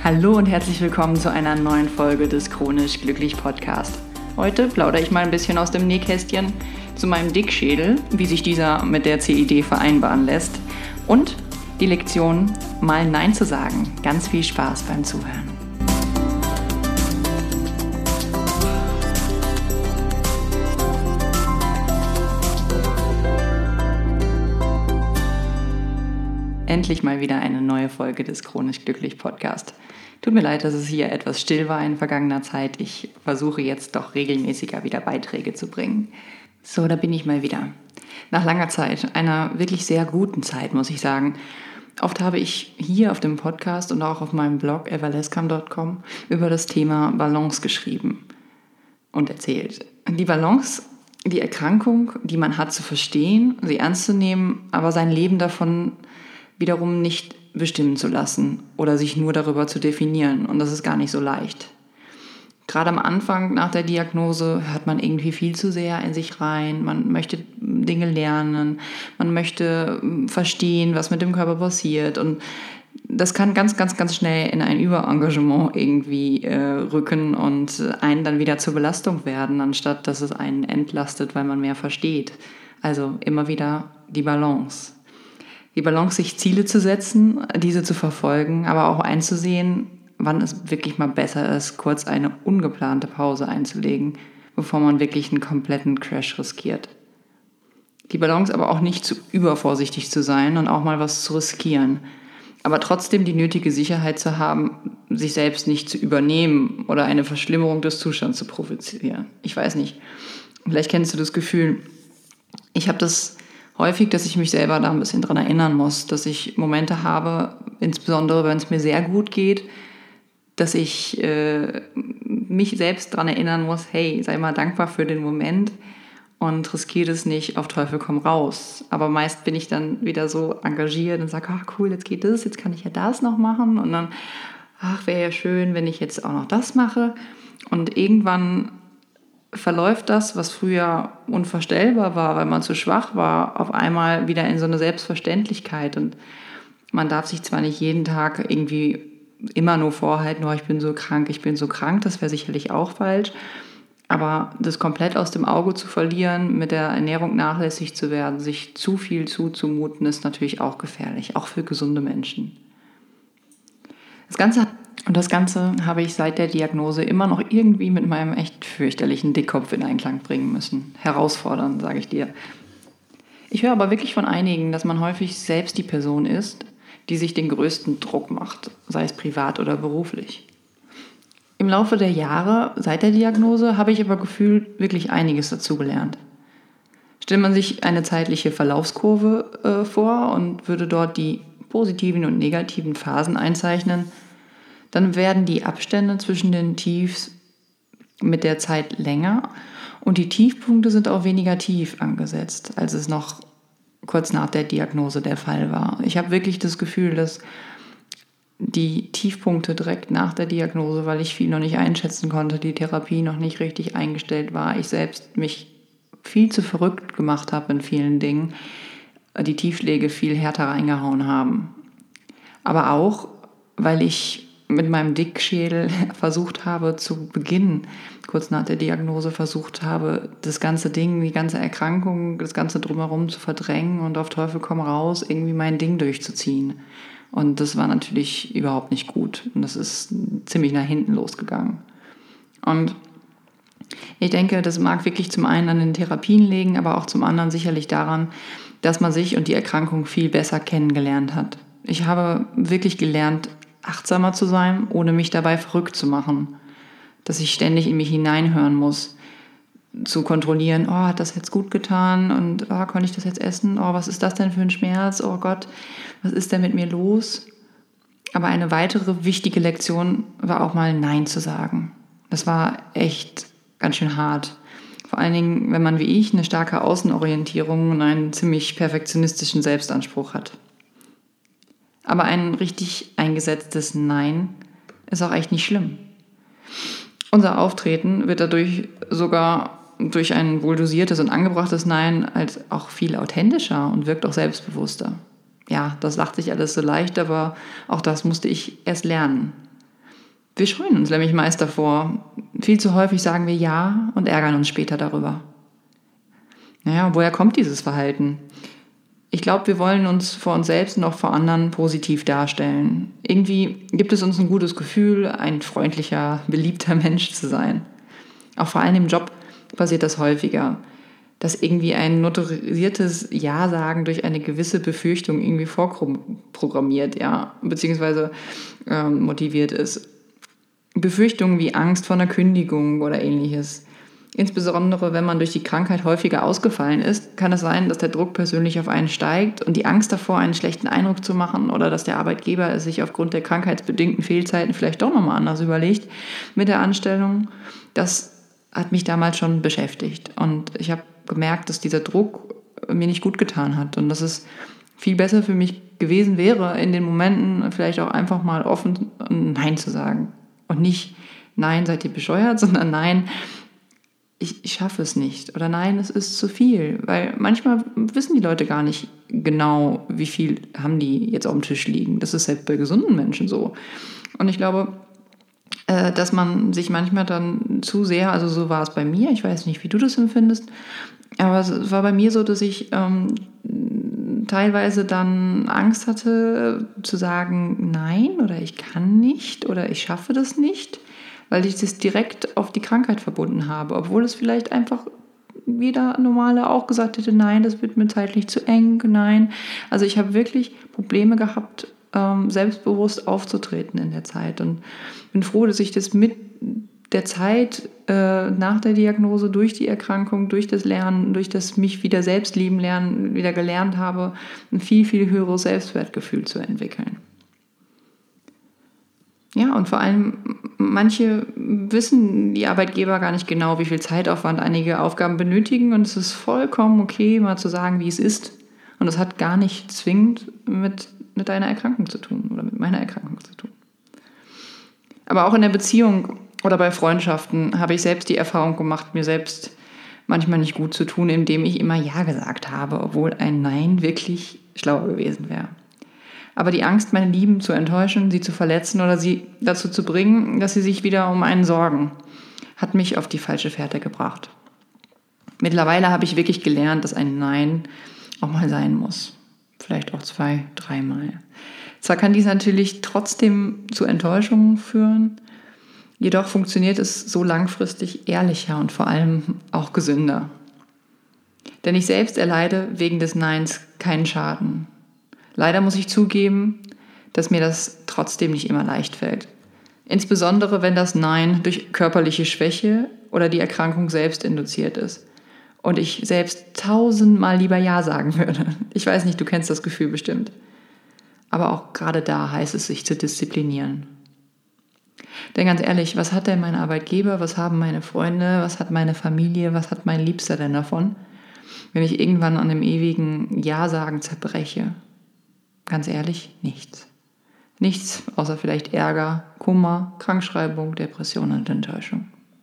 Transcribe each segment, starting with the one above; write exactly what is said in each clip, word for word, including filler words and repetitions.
Hallo und herzlich willkommen zu einer neuen Folge des Chronisch Glücklich Podcast. Heute plaudere ich mal ein bisschen aus dem Nähkästchen zu meinem Dickschädel, wie sich dieser mit der C I D vereinbaren lässt und die Lektion, mal Nein zu sagen. Ganz viel Spaß beim Zuhören. Endlich mal wieder eine neue Folge des Chronisch Glücklich Podcast. Tut mir leid, dass es hier etwas still war in vergangener Zeit. Ich versuche jetzt doch regelmäßiger wieder Beiträge zu bringen. So, da bin ich mal wieder. Nach langer Zeit, einer wirklich sehr guten Zeit, muss ich sagen. Oft habe ich hier auf dem Podcast und auch auf meinem Blog everleskam punkt com über das Thema Balance geschrieben und erzählt. Die Balance, die Erkrankung, die man hat, zu verstehen, sie ernst zu nehmen, aber sein Leben davon wiederum nicht bestimmen zu lassen oder sich nur darüber zu definieren. Und das ist gar nicht so leicht. Gerade am Anfang nach der Diagnose hört man irgendwie viel zu sehr in sich rein. Man möchte Dinge lernen, man möchte verstehen, was mit dem Körper passiert. Und das kann ganz, ganz, ganz schnell in ein Überengagement irgendwie äh, rücken und einen dann wieder zur Belastung werden, anstatt dass es einen entlastet, weil man mehr versteht. Also immer wieder die Balance. Die Balance, sich Ziele zu setzen, diese zu verfolgen, aber auch einzusehen, wann es wirklich mal besser ist, kurz eine ungeplante Pause einzulegen, bevor man wirklich einen kompletten Crash riskiert. Die Balance aber auch nicht zu übervorsichtig zu sein und auch mal was zu riskieren, aber trotzdem die nötige Sicherheit zu haben, sich selbst nicht zu übernehmen oder eine Verschlimmerung des Zustands zu provozieren. Ich weiß nicht, vielleicht kennst du das Gefühl, ich habe das häufig, dass ich mich selber da ein bisschen dran erinnern muss, dass ich Momente habe, insbesondere wenn es mir sehr gut geht, dass ich äh, mich selbst dran erinnern muss, hey, sei mal dankbar für den Moment und riskiere es nicht auf Teufel komm raus. Aber meist bin ich dann wieder so engagiert und sage, ach cool, jetzt geht das, jetzt kann ich ja das noch machen und dann, ach, wäre ja schön, wenn ich jetzt auch noch das mache. Und irgendwann verläuft das, was früher unvorstellbar war, weil man zu schwach war, auf einmal wieder in so eine Selbstverständlichkeit. Und man darf sich zwar nicht jeden Tag irgendwie immer nur vorhalten, oh, ich bin so krank, ich bin so krank, das wäre sicherlich auch falsch, aber das komplett aus dem Auge zu verlieren, mit der Ernährung nachlässig zu werden, sich zu viel zuzumuten, ist natürlich auch gefährlich, auch für gesunde Menschen. Das Ganze Und das Ganze habe ich seit der Diagnose immer noch irgendwie mit meinem echt fürchterlichen Dickkopf in Einklang bringen müssen. Herausfordernd, sage ich dir. Ich höre aber wirklich von einigen, dass man häufig selbst die Person ist, die sich den größten Druck macht, sei es privat oder beruflich. Im Laufe der Jahre seit der Diagnose habe ich aber gefühlt wirklich einiges dazugelernt. Stellt man sich eine zeitliche Verlaufskurve äh, vor und würde dort die positiven und negativen Phasen einzeichnen, dann werden die Abstände zwischen den Tiefs mit der Zeit länger und die Tiefpunkte sind auch weniger tief angesetzt, als es noch kurz nach der Diagnose der Fall war. Ich habe wirklich das Gefühl, dass die Tiefpunkte direkt nach der Diagnose, weil ich viel noch nicht einschätzen konnte, die Therapie noch nicht richtig eingestellt war, ich selbst mich viel zu verrückt gemacht habe in vielen Dingen, die Tiefschläge viel härter reingehauen haben. Aber auch, weil ich mit meinem Dickschädel versucht habe zu Beginn, kurz nach der Diagnose versucht habe, das ganze Ding, die ganze Erkrankung, das ganze Drumherum zu verdrängen und auf Teufel komm raus, irgendwie mein Ding durchzuziehen. Und das war natürlich überhaupt nicht gut. Und das ist ziemlich nach hinten losgegangen. Und ich denke, das mag wirklich zum einen an den Therapien liegen, aber auch zum anderen sicherlich daran, dass man sich und die Erkrankung viel besser kennengelernt hat. Ich habe wirklich gelernt, achtsamer zu sein, ohne mich dabei verrückt zu machen. Dass ich ständig in mich hineinhören muss, zu kontrollieren, oh, hat das jetzt gut getan und oh, konnte ich das jetzt essen? Oh, was ist das denn für ein Schmerz? Oh Gott, was ist denn mit mir los? Aber eine weitere wichtige Lektion war auch mal Nein zu sagen. Das war echt ganz schön hart. Vor allen Dingen, wenn man wie ich eine starke Außenorientierung und einen ziemlich perfektionistischen Selbstanspruch hat. Aber ein richtig eingesetztes Nein ist auch echt nicht schlimm. Unser Auftreten wird dadurch sogar durch ein wohl dosiertes und angebrachtes Nein als auch viel authentischer und wirkt auch selbstbewusster. Ja, das lacht sich alles so leicht, aber auch das musste ich erst lernen. Wir scheuen uns nämlich meist davor. Viel zu häufig sagen wir Ja und ärgern uns später darüber. Naja, woher kommt dieses Verhalten? Ich glaube, wir wollen uns vor uns selbst und auch vor anderen positiv darstellen. Irgendwie gibt es uns ein gutes Gefühl, ein freundlicher, beliebter Mensch zu sein. Auch vor allem im Job passiert das häufiger, dass irgendwie ein notarisiertes Ja-Sagen durch eine gewisse Befürchtung irgendwie vorprogrammiert, ja, beziehungsweise ähm, motiviert ist. Befürchtungen wie Angst vor einer Kündigung oder ähnliches. Insbesondere wenn man durch die Krankheit häufiger ausgefallen ist, kann es sein, dass der Druck persönlich auf einen steigt und die Angst davor, einen schlechten Eindruck zu machen oder dass der Arbeitgeber es sich aufgrund der krankheitsbedingten Fehlzeiten vielleicht doch nochmal anders überlegt mit der Anstellung. Das hat mich damals schon beschäftigt und ich habe gemerkt, dass dieser Druck mir nicht gut getan hat und dass es viel besser für mich gewesen wäre, in den Momenten vielleicht auch einfach mal offen Nein zu sagen. Und nicht, nein, seid ihr bescheuert, sondern nein, ich, ich schaffe es nicht. Oder nein, es ist zu viel. Weil manchmal wissen die Leute gar nicht genau, wie viel haben die jetzt auf dem Tisch liegen. Das ist selbst bei gesunden Menschen so. Und ich glaube, äh, dass man sich manchmal dann zu sehr, also so war es bei mir, ich weiß nicht, wie du das empfindest, aber es war bei mir so, dass ich ähm, teilweise dann Angst hatte zu sagen nein oder ich kann nicht oder ich schaffe das nicht, weil ich das direkt auf die Krankheit verbunden habe, obwohl es vielleicht einfach jeder Normale auch gesagt hätte, nein, das wird mir zeitlich zu eng, nein. Also ich habe wirklich Probleme gehabt, ähm, selbstbewusst aufzutreten in der Zeit und bin froh, dass ich das mit der Zeit äh, nach der Diagnose, durch die Erkrankung, durch das Lernen, durch das mich wieder selbst lieben lernen, wieder gelernt habe, ein viel, viel höheres Selbstwertgefühl zu entwickeln. Ja, und vor allem, manche wissen die Arbeitgeber gar nicht genau, wie viel Zeitaufwand einige Aufgaben benötigen und es ist vollkommen okay, mal zu sagen, wie es ist. Und das hat gar nicht zwingend mit, mit deiner Erkrankung zu tun oder mit meiner Erkrankung zu tun. Aber auch in der Beziehung oder bei Freundschaften habe ich selbst die Erfahrung gemacht, mir selbst manchmal nicht gut zu tun, indem ich immer Ja gesagt habe, obwohl ein Nein wirklich schlauer gewesen wäre. Aber die Angst, meine Lieben zu enttäuschen, sie zu verletzen oder sie dazu zu bringen, dass sie sich wieder um einen sorgen, hat mich auf die falsche Fährte gebracht. Mittlerweile habe ich wirklich gelernt, dass ein Nein auch mal sein muss. Vielleicht auch zwei, dreimal. Zwar kann dies natürlich trotzdem zu Enttäuschungen führen, jedoch funktioniert es so langfristig ehrlicher und vor allem auch gesünder. Denn ich selbst erleide wegen des Neins keinen Schaden. Leider muss ich zugeben, dass mir das trotzdem nicht immer leicht fällt. Insbesondere wenn das Nein durch körperliche Schwäche oder die Erkrankung selbst induziert ist. Und ich selbst tausendmal lieber Ja sagen würde. Ich weiß nicht, du kennst das Gefühl bestimmt. Aber auch gerade da heißt es, sich zu disziplinieren. Denn ganz ehrlich, was hat denn mein Arbeitgeber, was haben meine Freunde, was hat meine Familie, was hat mein Liebster denn davon, wenn ich irgendwann an dem ewigen Ja-Sagen zerbreche? Ganz ehrlich, nichts. Nichts außer vielleicht Ärger, Kummer, Krankschreibung, Depression und Enttäuschung.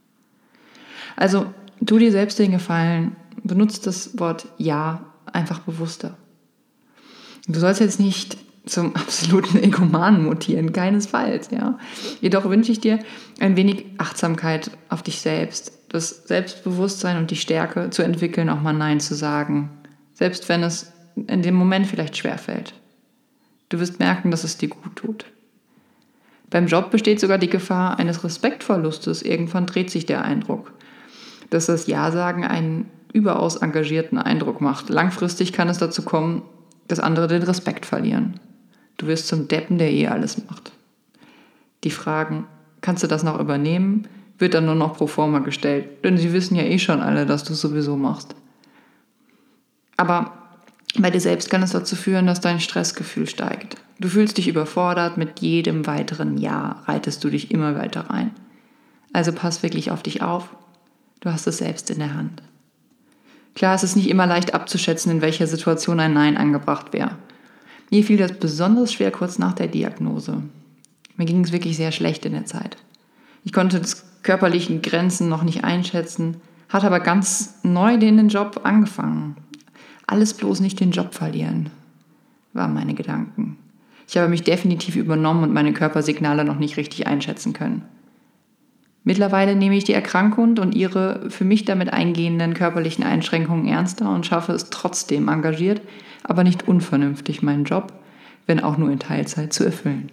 Also tu dir selbst den Gefallen, benutze das Wort Ja einfach bewusster. Du sollst jetzt nicht zum absoluten Egomanen mutieren, keinesfalls. Ja. Jedoch wünsche ich dir ein wenig Achtsamkeit auf dich selbst, das Selbstbewusstsein und die Stärke zu entwickeln, auch mal Nein zu sagen, selbst wenn es in dem Moment vielleicht schwerfällt. Du wirst merken, dass es dir gut tut. Beim Job besteht sogar die Gefahr eines Respektverlustes. Irgendwann dreht sich der Eindruck, dass das Ja-Sagen einen überaus engagierten Eindruck macht. Langfristig kann es dazu kommen, dass andere den Respekt verlieren. Du wirst zum Deppen, der eh alles macht. Die Fragen, kannst du das noch übernehmen, wird dann nur noch pro forma gestellt. Denn sie wissen ja eh schon alle, dass du es sowieso machst. Aber bei dir selbst kann es dazu führen, dass dein Stressgefühl steigt. Du fühlst dich überfordert, mit jedem weiteren Ja reitest du dich immer weiter rein. Also pass wirklich auf dich auf, du hast es selbst in der Hand. Klar, es ist nicht immer leicht abzuschätzen, in welcher Situation ein Nein angebracht wäre. Mir fiel das besonders schwer kurz nach der Diagnose. Mir ging es wirklich sehr schlecht in der Zeit. Ich konnte die körperlichen Grenzen noch nicht einschätzen, hatte aber ganz neu den Job angefangen. Alles bloß nicht den Job verlieren, waren meine Gedanken. Ich habe mich definitiv übernommen und meine Körpersignale noch nicht richtig einschätzen können. Mittlerweile nehme ich die Erkrankung und ihre für mich damit eingehenden körperlichen Einschränkungen ernster und schaffe es trotzdem engagiert, aber nicht unvernünftig, meinen Job, wenn auch nur in Teilzeit, zu erfüllen.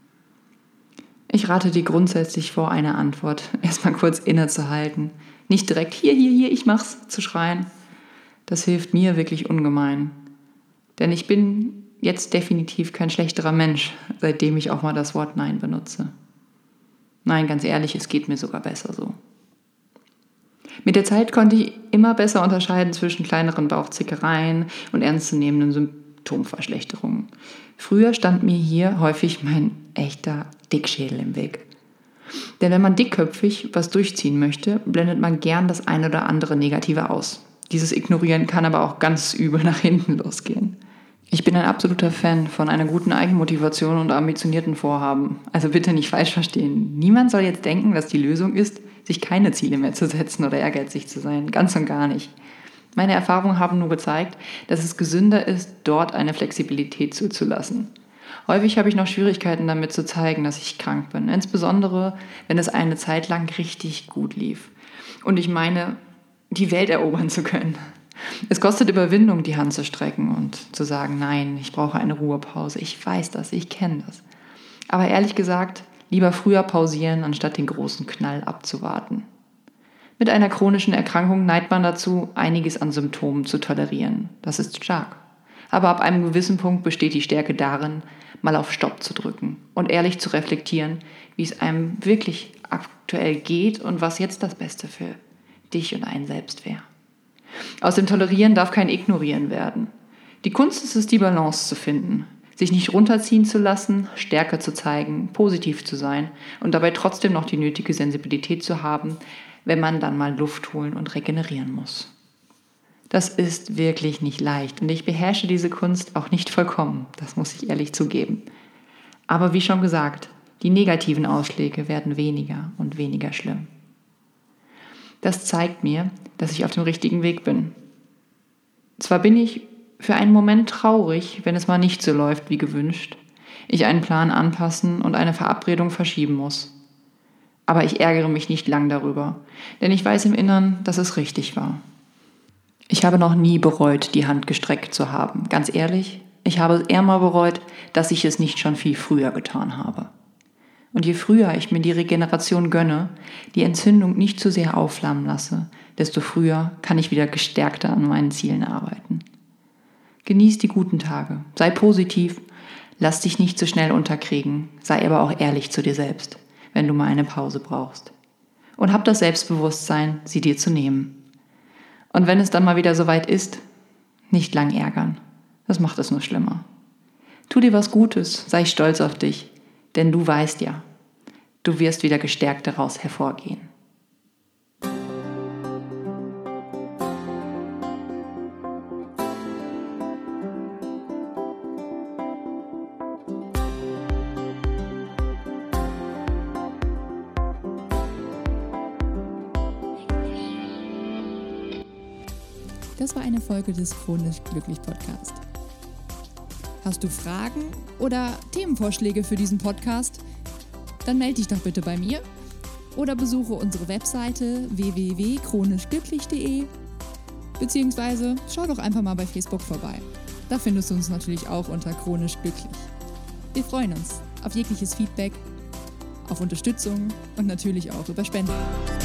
Ich rate dir grundsätzlich vor, eine Antwort erstmal kurz innezuhalten. Nicht direkt hier, hier, hier, ich mach's zu schreien. Das hilft mir wirklich ungemein. Denn ich bin jetzt definitiv kein schlechterer Mensch, seitdem ich auch mal das Wort Nein benutze. Nein, ganz ehrlich, es geht mir sogar besser so. Mit der Zeit konnte ich immer besser unterscheiden zwischen kleineren Bauchzickereien und ernstzunehmenden Symptomverschlechterungen. Früher stand mir hier häufig mein echter Dickschädel im Weg. Denn wenn man dickköpfig was durchziehen möchte, blendet man gern das eine oder andere Negative aus. Dieses Ignorieren kann aber auch ganz übel nach hinten losgehen. Ich bin ein absoluter Fan von einer guten Eigenmotivation und ambitionierten Vorhaben. Also bitte nicht falsch verstehen. Niemand soll jetzt denken, dass die Lösung ist, sich keine Ziele mehr zu setzen oder ehrgeizig zu sein. Ganz und gar nicht. Meine Erfahrungen haben nur gezeigt, dass es gesünder ist, dort eine Flexibilität zuzulassen. Häufig habe ich noch Schwierigkeiten damit zu zeigen, dass ich krank bin. Insbesondere, wenn es eine Zeit lang richtig gut lief. Und ich meine, die Welt erobern zu können. Es kostet Überwindung, die Hand zu strecken und zu sagen, nein, ich brauche eine Ruhepause. Ich weiß das, ich kenne das. Aber ehrlich gesagt, lieber früher pausieren, anstatt den großen Knall abzuwarten. Mit einer chronischen Erkrankung neigt man dazu, einiges an Symptomen zu tolerieren. Das ist stark. Aber ab einem gewissen Punkt besteht die Stärke darin, mal auf Stopp zu drücken und ehrlich zu reflektieren, wie es einem wirklich aktuell geht und was jetzt das Beste für dich und einen selbst wäre. Aus dem Tolerieren darf kein Ignorieren werden. Die Kunst ist es, die Balance zu finden, sich nicht runterziehen zu lassen, Stärke zu zeigen, positiv zu sein und dabei trotzdem noch die nötige Sensibilität zu haben, wenn man dann mal Luft holen und regenerieren muss. Das ist wirklich nicht leicht und ich beherrsche diese Kunst auch nicht vollkommen, das muss ich ehrlich zugeben. Aber wie schon gesagt, die negativen Ausschläge werden weniger und weniger schlimm. Das zeigt mir, dass ich auf dem richtigen Weg bin. Zwar bin ich für einen Moment traurig, wenn es mal nicht so läuft wie gewünscht, ich einen Plan anpassen und eine Verabredung verschieben muss. Aber ich ärgere mich nicht lang darüber, denn ich weiß im Innern, dass es richtig war. Ich habe noch nie bereut, die Hand gestreckt zu haben. Ganz ehrlich, ich habe eher mal bereut, dass ich es nicht schon viel früher getan habe. Und je früher ich mir die Regeneration gönne, die Entzündung nicht zu sehr aufflammen lasse, desto früher kann ich wieder gestärkter an meinen Zielen arbeiten. Genieß die guten Tage, sei positiv, lass dich nicht zu schnell unterkriegen, sei aber auch ehrlich zu dir selbst, wenn du mal eine Pause brauchst. Und hab das Selbstbewusstsein, sie dir zu nehmen. Und wenn es dann mal wieder soweit ist, nicht lang ärgern, das macht es nur schlimmer. Tu dir was Gutes, sei stolz auf dich. Denn du weißt ja, du wirst wieder gestärkt daraus hervorgehen. Das war eine Folge des Chronisch Glücklich Podcast. Hast du Fragen oder Themenvorschläge für diesen Podcast? Dann melde dich doch bitte bei mir oder besuche unsere Webseite w w w punkt chronisch glücklich punkt d e beziehungsweise schau doch einfach mal bei Facebook vorbei. Da findest du uns natürlich auch unter Chronisch Glücklich. Wir freuen uns auf jegliches Feedback, auf Unterstützung und natürlich auch über Spenden.